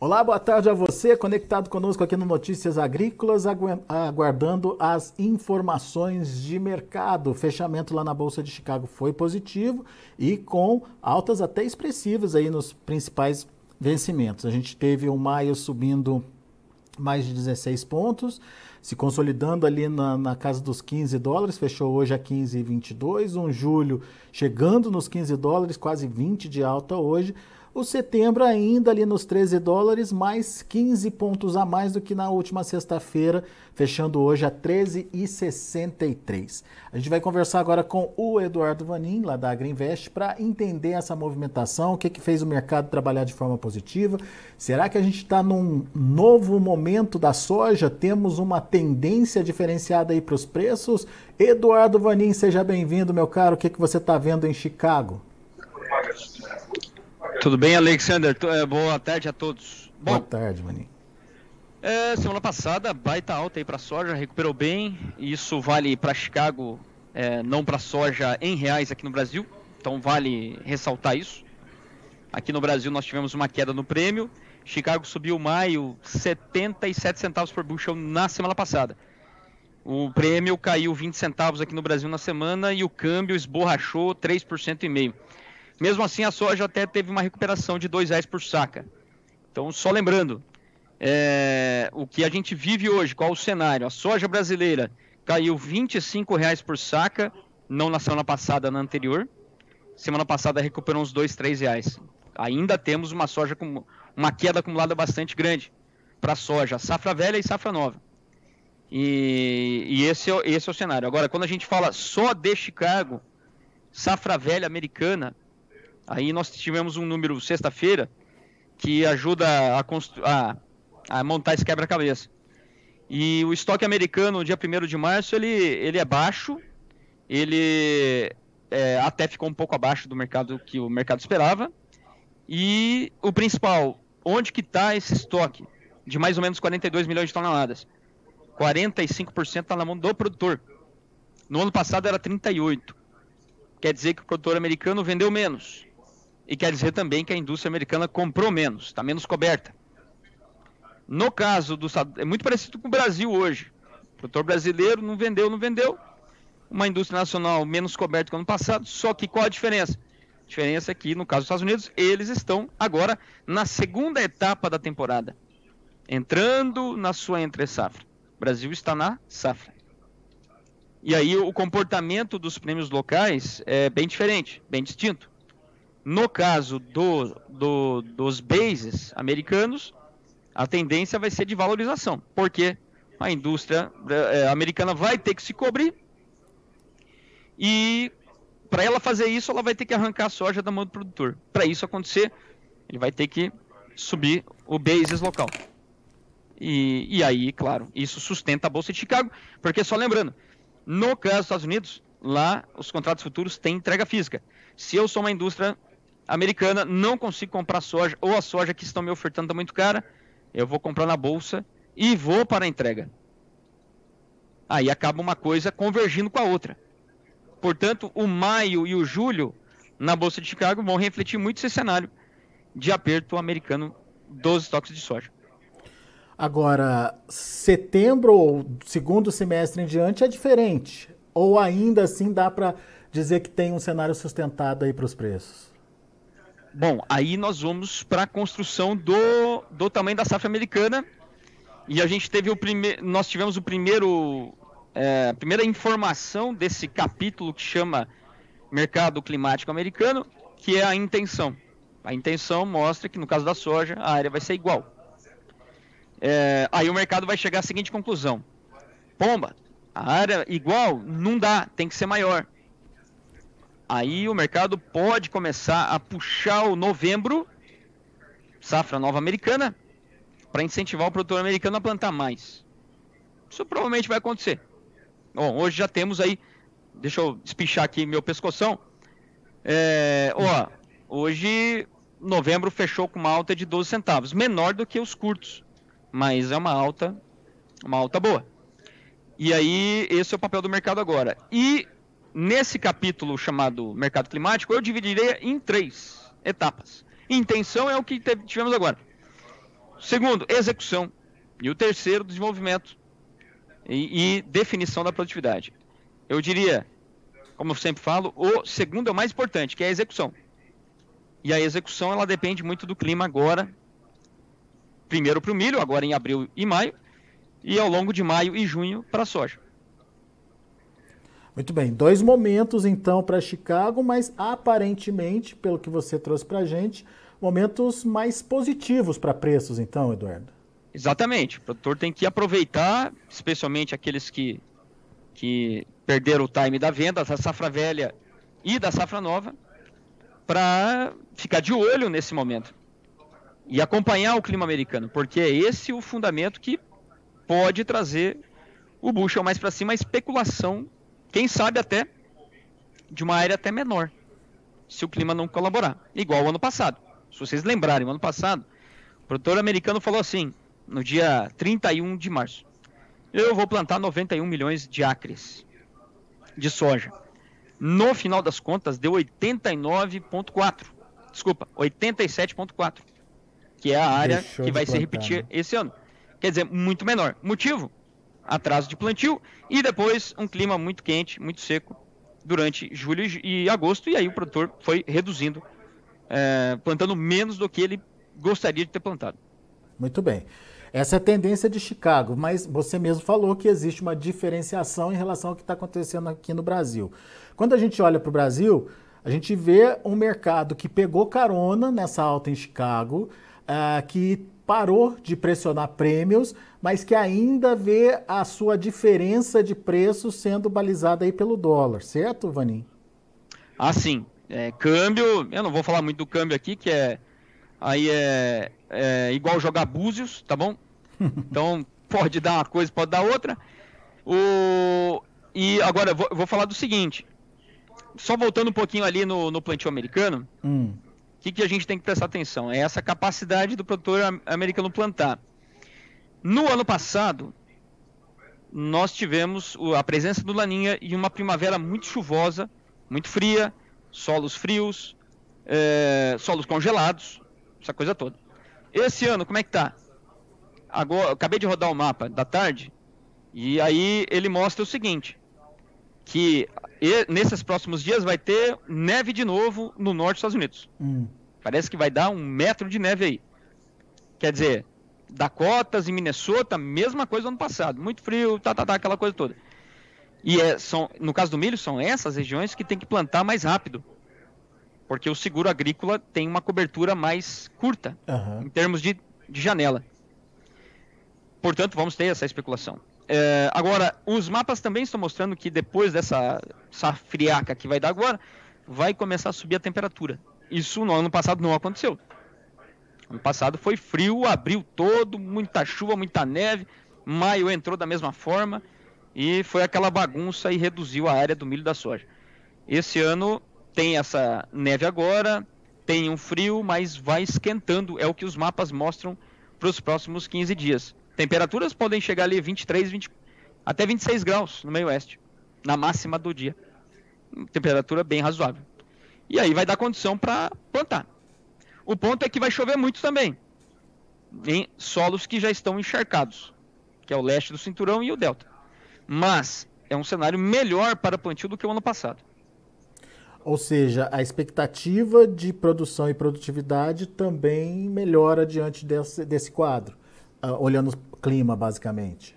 Olá, boa tarde a você, conectado conosco aqui no Notícias Agrícolas, aguardando as informações de mercado. O fechamento lá na Bolsa de Chicago foi positivo e com altas até expressivas aí nos principais vencimentos. A gente teve o maio subindo mais de 16 pontos, se consolidando ali na casa dos 15 dólares, fechou hoje a 15,22. Um julho chegando nos 15 dólares, quase 20 de alta hoje. O setembro ainda ali nos 13 dólares, mais 15 pontos a mais do que na última sexta-feira, fechando hoje a 13,63. A gente vai conversar agora com o Eduardo Vanin, lá da Agrinvest, para entender essa movimentação, o que fez o mercado trabalhar de forma positiva. Será que a gente está num novo momento da soja? Temos uma tendência diferenciada aí para os preços? Eduardo Vanin, seja bem-vindo, meu caro. O que você está vendo em Chicago? Tudo bem, Alexander? Boa tarde a todos. Boa tarde, Maninho. Semana passada, baita alta aí para soja, recuperou bem. Isso vale para Chicago, não para soja em reais aqui no Brasil. Então vale ressaltar isso. Aqui no Brasil nós tivemos uma queda no prêmio. Chicago subiu maio 77 centavos por bushel na semana passada. O prêmio caiu 20 centavos aqui no Brasil na semana e o câmbio esborrachou 3,5%. Mesmo assim, a soja até teve uma recuperação de R$2 por saca. Então, só lembrando, o que a gente vive hoje, qual o cenário? A soja brasileira caiu R$25 por saca, não na semana passada, na anterior. Semana passada recuperou uns R$2, R$3. Ainda temos uma soja com uma queda acumulada bastante grande para a soja, safra velha e safra nova. E esse é o cenário. Agora, quando a gente fala só de Chicago, safra velha americana, aí nós tivemos um número sexta-feira que ajuda a montar esse quebra-cabeça. E o estoque americano, no dia 1º de março, ele é baixo, ele até ficou um pouco abaixo do mercado que o mercado esperava. E o principal, onde que está esse estoque de mais ou menos 42 milhões de toneladas? 45% está na mão do produtor. No ano passado era 38%. Quer dizer que o produtor americano vendeu menos. E quer dizer também que a indústria americana comprou menos, está menos coberta. No caso é muito parecido com o Brasil hoje. O produtor brasileiro não vendeu. Uma indústria nacional menos coberta que o ano passado, só que qual a diferença? A diferença é que, no caso dos Estados Unidos, eles estão agora na segunda etapa da temporada, entrando na sua entre-safra. O Brasil está na safra. E aí o comportamento dos prêmios locais é bem diferente, bem distinto. No caso dos bases americanos, a tendência vai ser de valorização, porque a indústria americana vai ter que se cobrir e para ela fazer isso, ela vai ter que arrancar a soja da mão do produtor. Para isso acontecer, ele vai ter que subir o basis local. E aí, claro, isso sustenta a Bolsa de Chicago, porque só lembrando, no caso dos Estados Unidos, lá os contratos futuros têm entrega física. Se eu sou uma indústria americana, não consigo comprar soja, ou a soja que estão me ofertando está muito cara, eu vou comprar na bolsa e vou para a entrega. Aí acaba uma coisa convergindo com a outra. Portanto, o maio e o julho na Bolsa de Chicago vão refletir muito esse cenário de aperto americano dos estoques de soja. Agora, setembro ou segundo semestre em diante é diferente? Ou ainda assim dá para dizer que tem um cenário sustentado aí para os preços? Bom, aí nós vamos para a construção do tamanho da safra americana e a gente teve nós tivemos a primeira informação desse capítulo que chama Mercado Climático Americano, que é a intenção. A intenção mostra que no caso da soja a área vai ser igual. Aí o mercado vai chegar à seguinte conclusão: pomba, a área igual não dá, tem que ser maior. Aí o mercado pode começar a puxar o novembro, safra nova americana, para incentivar o produtor americano a plantar mais. Isso provavelmente vai acontecer. Bom, hoje já temos aí, deixa eu despichar aqui meu pescoção. Hoje novembro fechou com uma alta de 12 centavos, menor do que os curtos, mas é uma alta boa. E aí esse é o papel do mercado agora. E nesse capítulo chamado Mercado Climático, eu dividiria em 3 etapas. Intenção é o que tivemos agora. Segundo, execução. E o terceiro, desenvolvimento e definição da produtividade. Eu diria, como eu sempre falo, o segundo é o mais importante, que é a execução. E a execução, ela depende muito do clima agora, primeiro para o milho, agora em abril e maio, e ao longo de maio e junho para a soja. Muito bem, 2 momentos então para Chicago, mas aparentemente, pelo que você trouxe para a gente, momentos mais positivos para preços então, Eduardo. Exatamente, o produtor tem que aproveitar, especialmente aqueles que perderam o time da venda, da safra velha e da safra nova, para ficar de olho nesse momento e acompanhar o clima americano, porque é esse o fundamento que pode trazer o bushel mais para cima, a especulação, quem sabe até de uma área até menor, se o clima não colaborar, igual o ano passado. Se vocês lembrarem, o ano passado, o produtor americano falou assim, no dia 31 de março, eu vou plantar 91 milhões de acres de soja. No final das contas, deu 87,4, que é a área que vai se repetir esse ano. Quer dizer, muito menor. Motivo? Atraso de plantio e depois um clima muito quente, muito seco durante julho e agosto, e aí o produtor foi reduzindo, plantando menos do que ele gostaria de ter plantado. Muito bem. Essa é a tendência de Chicago, mas você mesmo falou que existe uma diferenciação em relação ao que está acontecendo aqui no Brasil. Quando a gente olha para o Brasil, a gente vê um mercado que pegou carona nessa alta em Chicago, que parou de pressionar prêmios, mas que ainda vê a sua diferença de preço sendo balizada aí pelo dólar, certo, Vanin? Ah, sim. Câmbio, eu não vou falar muito do câmbio aqui, que aí é igual jogar búzios, tá bom? Então, pode dar uma coisa, pode dar outra. E agora, eu vou falar do seguinte. Só voltando um pouquinho ali no plantio americano, o que a gente tem que prestar atenção? É essa capacidade do produtor americano plantar. No ano passado, nós tivemos a presença do Laninha e uma primavera muito chuvosa, muito fria, solos frios, solos congelados, essa coisa toda. Esse ano, como é que tá? Agora, eu acabei de rodar o mapa da tarde, e aí ele mostra o seguinte, que nesses próximos dias vai ter neve de novo no norte dos Estados Unidos. Parece que vai dar 1 metro de neve aí. Quer dizer, Dakotas e Minnesota, mesma coisa do ano passado. Muito frio, aquela coisa toda. E no caso do milho, são essas regiões que tem que plantar mais rápido. Porque o seguro agrícola tem uma cobertura mais curta, em termos de janela. Portanto, vamos ter essa especulação. Agora, os mapas também estão mostrando que depois dessa friaca que vai dar agora, vai começar a subir a temperatura. Isso no ano passado não aconteceu. Ano passado foi frio, abril todo, muita chuva, muita neve, maio entrou da mesma forma e foi aquela bagunça e reduziu a área do milho e da soja. Esse ano tem essa neve agora, tem um frio, mas vai esquentando, é o que os mapas mostram para os próximos 15 dias. Temperaturas podem chegar ali 23, até 26 graus no meio oeste, na máxima do dia. Temperatura bem razoável. E aí vai dar condição para plantar. O ponto é que vai chover muito também, em solos que já estão encharcados, que é o leste do cinturão e o delta. Mas é um cenário melhor para plantio do que o ano passado. Ou seja, a expectativa de produção e produtividade também melhora diante desse quadro, olhando o clima, basicamente.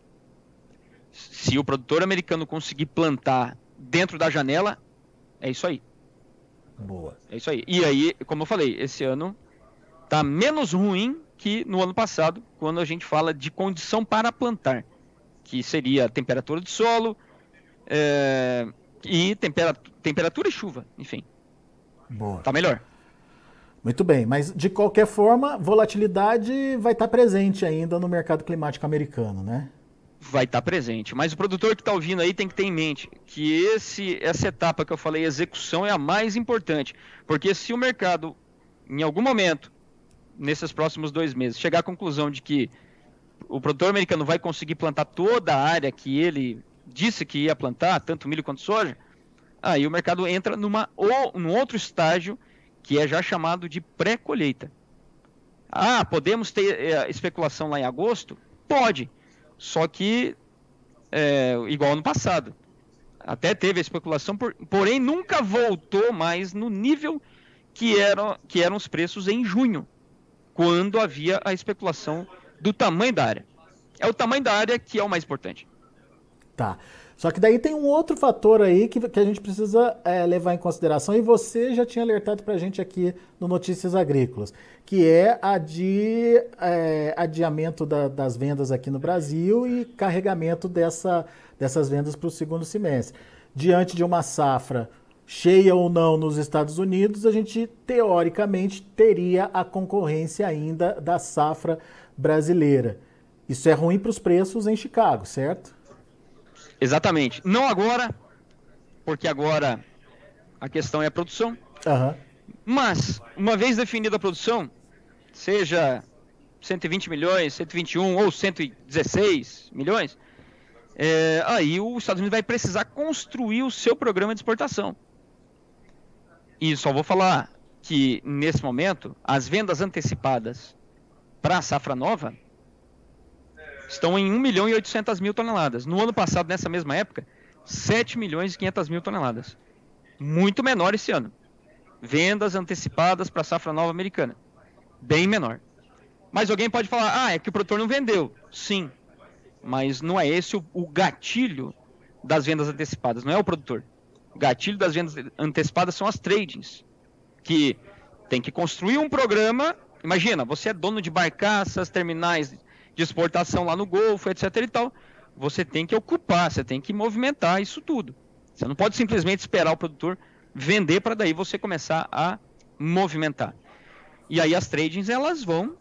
Se o produtor americano conseguir plantar dentro da janela, é isso aí. Boa. É isso aí. E aí, como eu falei, esse ano está menos ruim que no ano passado, quando a gente fala de condição para plantar, que seria temperatura de solo e temperatura e chuva, enfim. Boa. Tá melhor. Muito bem, mas de qualquer forma, volatilidade vai estar presente ainda no mercado climático americano, né? Vai estar presente, mas o produtor que está ouvindo aí tem que ter em mente que essa etapa que eu falei, execução, é a mais importante, porque se o mercado, em algum momento, nesses próximos 2 meses, chegar à conclusão de que o produtor americano vai conseguir plantar toda a área que ele disse que ia plantar, tanto milho quanto soja, aí o mercado entra num outro estágio que é já chamado de pré-colheita. Podemos ter especulação lá em agosto? Pode, só que igual no passado. Até teve a especulação, porém nunca voltou mais no nível que eram os preços em junho, quando havia a especulação do tamanho da área. É o tamanho da área que é o mais importante. Tá. Só que daí tem um outro fator aí que a gente precisa levar em consideração, e você já tinha alertado para a gente aqui no Notícias Agrícolas, que é adiamento das vendas aqui no Brasil e carregamento dessas vendas para o segundo semestre. Diante de uma safra cheia ou não nos Estados Unidos, a gente teoricamente teria a concorrência ainda da safra brasileira. Isso é ruim para os preços em Chicago, certo? Exatamente. Não agora, porque agora a questão é a produção. Uhum. Mas, uma vez definida a produção, seja 120 milhões, 121 ou 116 milhões, aí os Estados Unidos vai precisar construir o seu programa de exportação. E só vou falar que, nesse momento, as vendas antecipadas para a safra nova estão em 1.800.000 toneladas. No ano passado, nessa mesma época, 7.500.000 toneladas. Muito menor esse ano. Vendas antecipadas para a safra nova americana. Bem menor. Mas alguém pode falar, é que o produtor não vendeu. Sim, mas não é esse o gatilho das vendas antecipadas, não é o produtor. O gatilho das vendas antecipadas são as tradings, que tem que construir um programa. Imagina, você é dono de barcaças, terminais de exportação lá no Golfo, etc e tal, você tem que ocupar, você tem que movimentar isso tudo. Você não pode simplesmente esperar o produtor vender para daí você começar a movimentar. E aí as tradings, elas vão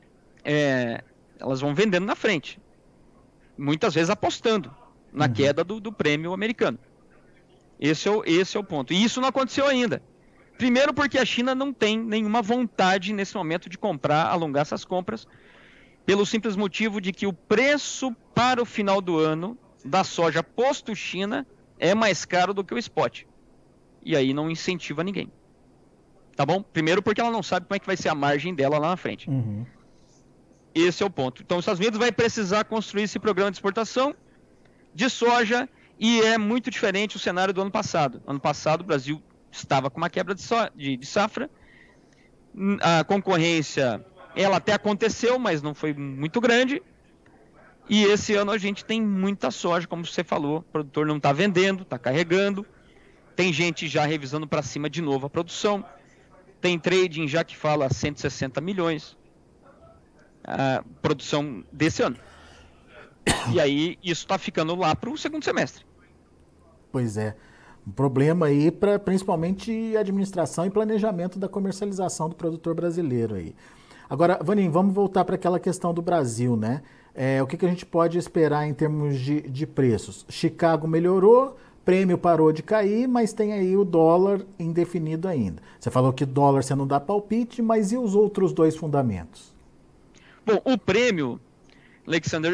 vendendo na frente. Muitas vezes apostando na queda do prêmio americano. Esse é o ponto. E isso não aconteceu ainda. Primeiro porque a China não tem nenhuma vontade nesse momento de alongar essas compras, pelo simples motivo de que o preço para o final do ano da soja posto China é mais caro do que o spot. E aí não incentiva ninguém. Tá bom? Primeiro porque ela não sabe como é que vai ser a margem dela lá na frente. Uhum. Esse é o ponto. Então os Estados Unidos vai precisar construir esse programa de exportação de soja, e é muito diferente o cenário do ano passado. Ano passado o Brasil estava com uma quebra de safra. A concorrência, ela até aconteceu, mas não foi muito grande. E esse ano a gente tem muita soja, como você falou. O produtor não está vendendo, está carregando. Tem gente já revisando para cima de novo a produção. Tem trading já que fala 160 milhões. A produção desse ano. E aí isso está ficando lá para o segundo semestre. Pois é. Um problema aí para principalmente administração e planejamento da comercialização do produtor brasileiro aí. Agora, Vaninho, vamos voltar para aquela questão do Brasil, né? O que a gente pode esperar em termos de preços? Chicago melhorou, prêmio parou de cair, mas tem aí o dólar indefinido ainda. Você falou que dólar você não dá palpite, mas e os outros dois fundamentos? Bom, o prêmio, Alexander,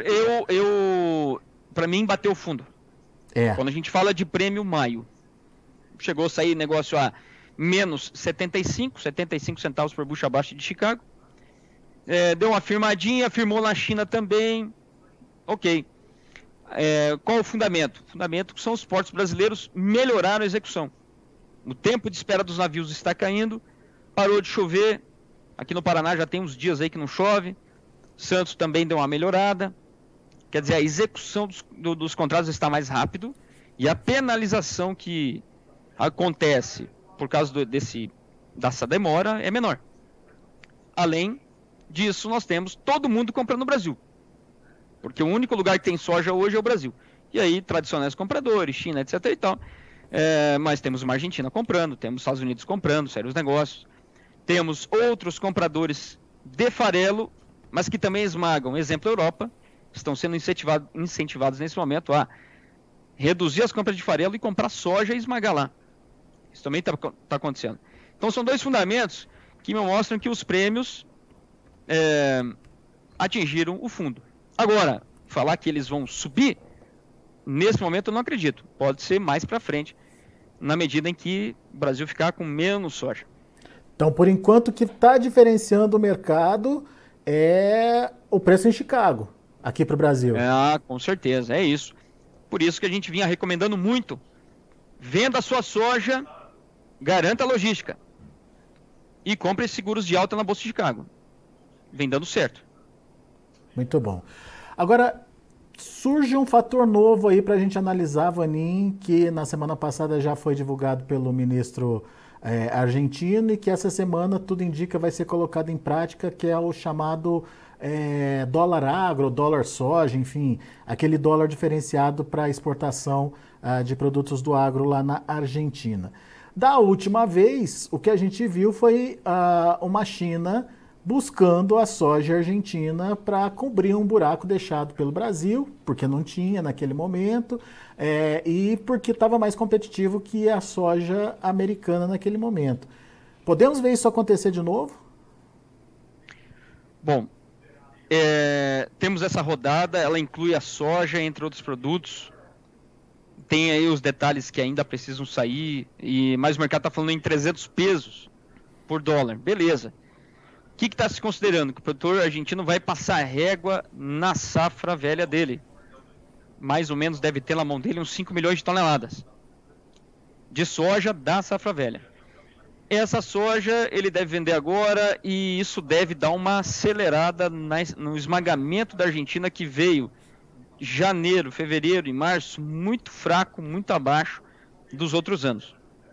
para mim bateu fundo. Quando a gente fala de prêmio maio, chegou a sair negócio a menos 75 centavos por bushel abaixo de Chicago. Deu uma firmadinha, firmou na China também. Ok. Qual o fundamento? O fundamento que são os portos brasileiros melhoraram a execução. O tempo de espera dos navios está caindo, parou de chover. Aqui no Paraná já tem uns dias aí que não chove. Santos também deu uma melhorada. Quer dizer, a execução dos contratos está mais rápido e a penalização que acontece por causa dessa demora é menor. Além disso, nós temos todo mundo comprando no Brasil. Porque o único lugar que tem soja hoje é o Brasil. E aí, tradicionais compradores, China, etc. e tal. Mas temos uma Argentina comprando, temos Estados Unidos comprando, sérios negócios. Temos outros compradores de farelo, mas que também esmagam. Exemplo, Europa. Estão sendo incentivados nesse momento a reduzir as compras de farelo e comprar soja e esmagar lá. Isso também está acontecendo. Então são dois fundamentos que me mostram que os prêmios atingiram o fundo. Agora, falar que eles vão subir, nesse momento eu não acredito. Pode ser mais para frente, na medida em que o Brasil ficar com menos soja. Então, por enquanto, o que está diferenciando o mercado é o preço em Chicago, aqui para o Brasil. Com certeza, é isso. Por isso que a gente vinha recomendando muito. Venda a sua soja, garanta a logística. E compre seguros de alta na Bolsa de Chicago. Vem dando certo. Muito bom. Agora, surge um fator novo aí para a gente analisar, Vanin, que na semana passada já foi divulgado pelo ministro argentino e que essa semana, tudo indica, vai ser colocado em prática, que é o chamado dólar agro, dólar soja, enfim, aquele dólar diferenciado para exportação de produtos do agro lá na Argentina. Da última vez, o que a gente viu foi uma China buscando a soja argentina para cobrir um buraco deixado pelo Brasil, porque não tinha naquele momento, e porque estava mais competitivo que a soja americana naquele momento. Podemos ver isso acontecer de novo? Bom, temos essa rodada, ela inclui a soja, entre outros produtos. Tem aí os detalhes que ainda precisam sair, mas o mercado está falando em 300 pesos por dólar. Beleza. O que está se considerando? Que o produtor argentino vai passar régua na safra velha dele. Mais ou menos deve ter na mão dele uns 5 milhões de toneladas de soja da safra velha. Essa soja ele deve vender agora e isso deve dar uma acelerada no esmagamento da Argentina, que veio janeiro, fevereiro e março muito fraco, muito abaixo dos outros anos.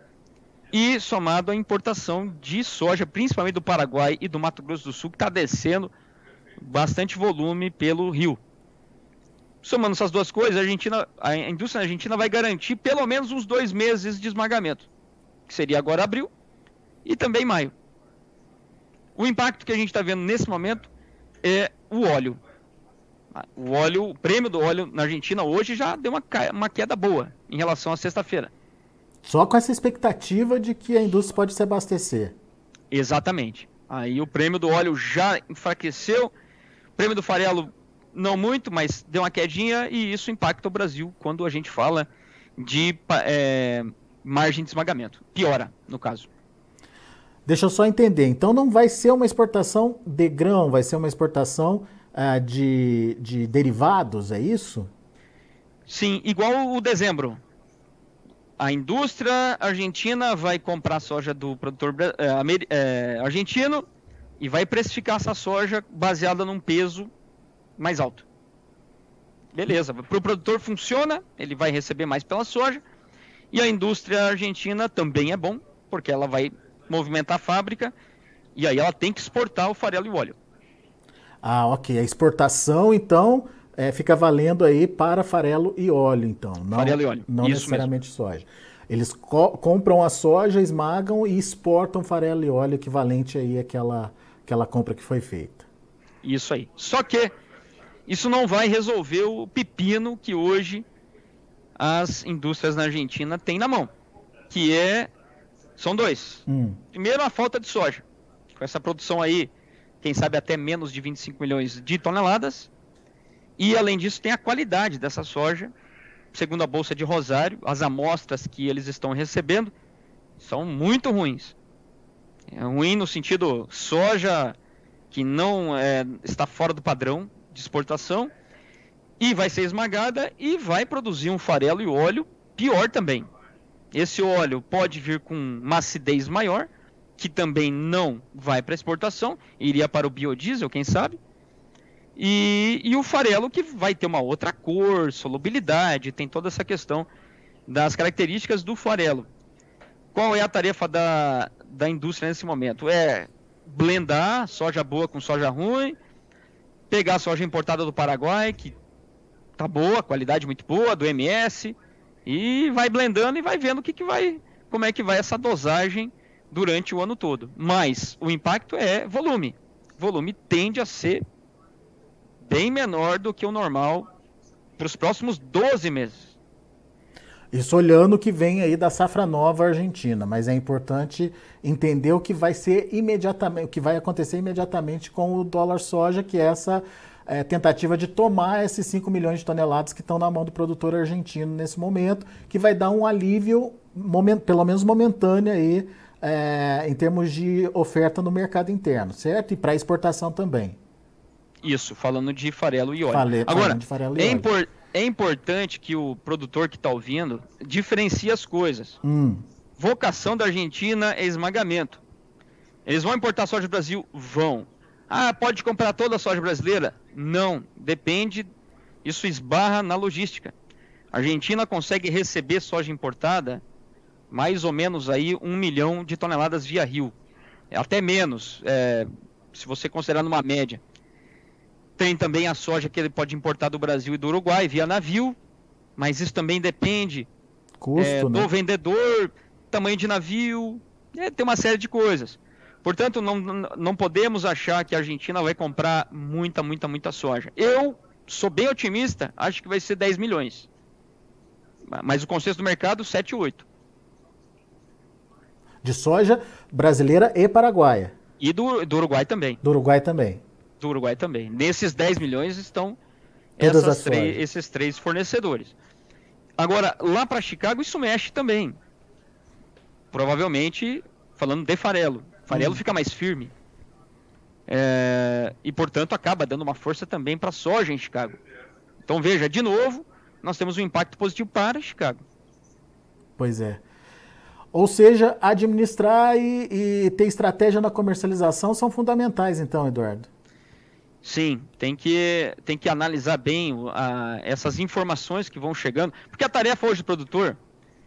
E somado à importação de soja, principalmente do Paraguai e do Mato Grosso do Sul, que está descendo bastante volume pelo rio. Somando essas duas coisas, a indústria argentina vai garantir pelo menos uns 2 meses de esmagamento, que seria agora abril e também maio. O impacto que a gente está vendo nesse momento é o óleo. O prêmio do óleo na Argentina hoje já deu uma queda boa em relação à sexta-feira. Só com essa expectativa de que a indústria pode se abastecer. Exatamente. Aí o prêmio do óleo já enfraqueceu, o prêmio do farelo não muito, mas deu uma quedinha e isso impacta o Brasil quando a gente fala de margem de esmagamento. Piora, no caso. Deixa eu só entender. Então não vai ser uma exportação de grão, vai ser uma exportação de derivados, é isso? Sim, igual o dezembro. A indústria argentina vai comprar soja do produtor argentino e vai precificar essa soja baseada num peso mais alto. Beleza, para o produtor funciona, ele vai receber mais pela soja, e a indústria argentina também é bom, porque ela vai movimentar a fábrica, e aí ela tem que exportar o farelo e o óleo. Ah, ok. A exportação, então, fica valendo aí para farelo e óleo, então. Não, farelo e óleo, não isso necessariamente mesmo. soja. Eles compram a soja, esmagam e exportam farelo e óleo, equivalente aí àquela compra que foi feita. Isso aí. Só que isso não vai resolver o pepino que hoje as indústrias na Argentina têm na mão, que são 2. Primeiro, a falta de soja. Com essa produção aí, quem sabe até menos de 25 milhões de toneladas. E, além disso, tem a qualidade dessa soja. Segundo a Bolsa de Rosário, as amostras que eles estão recebendo são muito ruins. É ruim no sentido soja que não está fora do padrão de exportação e vai ser esmagada e vai produzir um farelo e óleo pior também. Esse óleo pode vir com uma acidez maior, que também não vai para exportação, iria para o biodiesel, quem sabe. E o farelo que vai ter uma outra cor, solubilidade, tem toda essa questão das características do farelo. Qual é a tarefa da indústria nesse momento? É blendar soja boa com soja ruim, pegar a soja importada do Paraguai, que tá boa, qualidade muito boa, do MS, e vai blendando e vai vendo como é que vai essa dosagem durante o ano todo. Mas o impacto é volume. Volume tende a ser bem menor do que o normal para os próximos 12 meses. Isso olhando o que vem aí da safra nova argentina, mas é importante entender o que vai ser imediatamente, o que vai acontecer imediatamente com o dólar soja, que é essa tentativa de tomar esses 5 milhões de toneladas que estão na mão do produtor argentino nesse momento, que vai dar um alívio, pelo menos momentâneo aí, em termos de oferta no mercado interno, certo? E para exportação também. Isso, falando de farelo e óleo. Agora, falando de farelo e óleo. É importante que o produtor que está ouvindo diferencie as coisas. Vocação da Argentina é esmagamento. Eles vão importar soja do Brasil? Vão. Ah, pode comprar toda a soja brasileira? Não, depende, isso esbarra na logística. A Argentina consegue receber soja importada mais ou menos aí 1 milhão de toneladas via rio. Até menos, se você considerar numa média. Tem também a soja que ele pode importar do Brasil e do Uruguai via navio, mas isso também depende do vendedor, tamanho de navio, tem uma série de coisas. Portanto, não podemos achar que a Argentina vai comprar muita soja. Eu sou bem otimista, acho que vai ser 10 milhões. Mas o consenso do mercado, 7, 8. De soja brasileira e paraguaia. E do Uruguai também. Do Uruguai também. Do Uruguai também. Nesses 10 milhões estão esses 3 fornecedores. Agora, lá para Chicago, isso mexe também. Provavelmente, falando de farelo. Farelo fica mais firme. E, portanto, acaba dando uma força também para a soja em Chicago. Então, veja, de novo, nós temos um impacto positivo para Chicago. Pois é. Ou seja, administrar e ter estratégia na comercialização são fundamentais, então, Eduardo. Sim, tem que analisar bem essas informações que vão chegando. Porque a tarefa hoje do produtor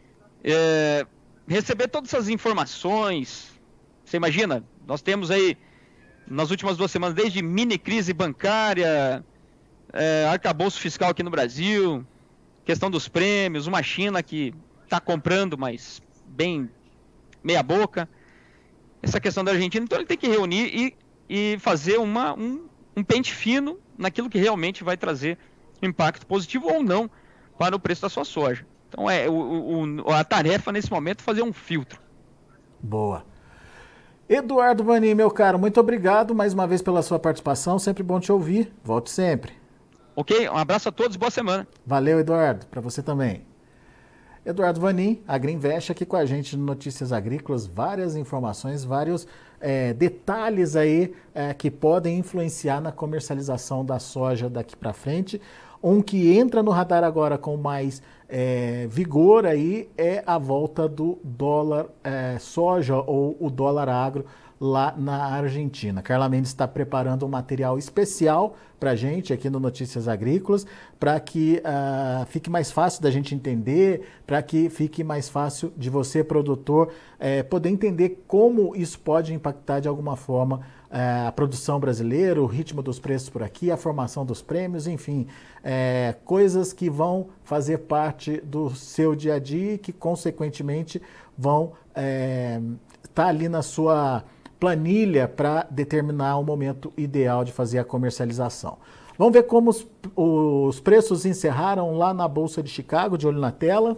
é receber todas essas informações. Você imagina, nós temos aí, nas últimas 2 semanas, desde mini crise bancária, arcabouço fiscal aqui no Brasil, questão dos prêmios, uma China que está comprando, mas bem meia boca. Essa questão da Argentina, então ele tem que reunir e fazer um pente fino naquilo que realmente vai trazer impacto positivo ou não para o preço da sua soja. Então a tarefa nesse momento é fazer um filtro. Boa. Eduardo Vanin, meu caro, muito obrigado mais uma vez pela sua participação, sempre bom te ouvir, volte sempre. Ok, um abraço a todos, boa semana. Valeu, Eduardo, para você também. Eduardo Vanin, Agriinvest, aqui com a gente no Notícias Agrícolas, várias informações, vários detalhes aí que podem influenciar na comercialização da soja daqui para frente. Um que entra no radar agora com mais vigor aí é a volta do dólar soja ou o dólar agro lá na Argentina. Carla Mendes está preparando um material especial para a gente aqui no Notícias Agrícolas, para que fique mais fácil da gente entender, para que fique mais fácil de você, produtor, poder entender como isso pode impactar de alguma forma a produção brasileira, o ritmo dos preços por aqui, a formação dos prêmios, enfim, coisas que vão fazer parte do seu dia a dia e que, consequentemente, vão estar ali na sua planilha para determinar o momento ideal de fazer a comercialização. Vamos ver como os preços encerraram lá na Bolsa de Chicago, de olho na tela.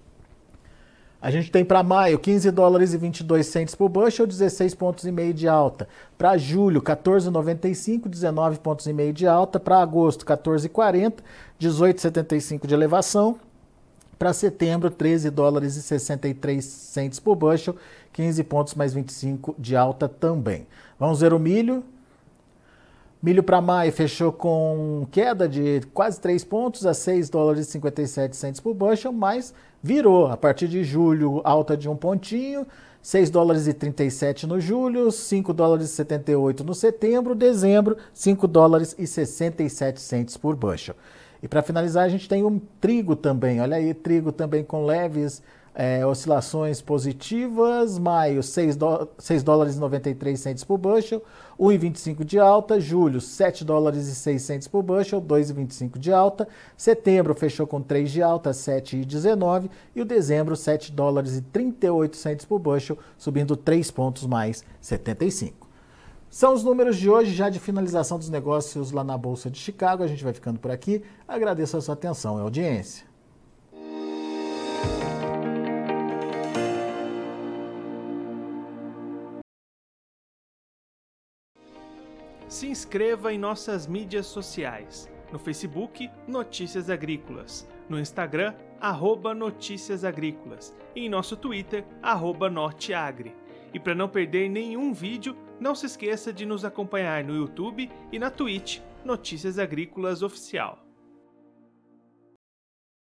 A gente tem para maio 15 dólares e 22 centes por bushel, 16,5 pontos de alta. Para julho, 14,95, 19,5 pontos de alta. Para agosto, 14,40, 18,75 de elevação. Para setembro, 13 dólares e 63 centes por bushel, 15 pontos mais 25 de alta também. Vamos ver o milho. Milho para maio fechou com queda de quase 3 pontos a 6 dólares e 57 centes por bushel, mas virou. A partir de julho, alta de 1 pontinho, 6 dólares e 37 no julho, 5 dólares e 78 no setembro, dezembro, 5 dólares e 67 centes por bushel. E para finalizar, a gente tem um trigo também. Olha aí, trigo também com leves oscilações positivas. Maio, 6 dólares e 93 centes por bushel, 1,25 de alta. Julho, 7 dólares e 6 centes por bushel, 2,25 de alta. Setembro fechou com 3 de alta, 7,19. E o dezembro, 7 dólares e 38 centes por bushel, subindo 3 pontos mais 75. São os números de hoje, já de finalização dos negócios lá na Bolsa de Chicago. A gente vai ficando por aqui. Agradeço a sua atenção e audiência. Se inscreva em nossas mídias sociais. No Facebook, Notícias Agrícolas. No Instagram, @Notícias Agrícolas. E em nosso Twitter, @Norteagri. E para não perder nenhum vídeo, não se esqueça de nos acompanhar no YouTube e na Twitch, Notícias Agrícolas Oficial.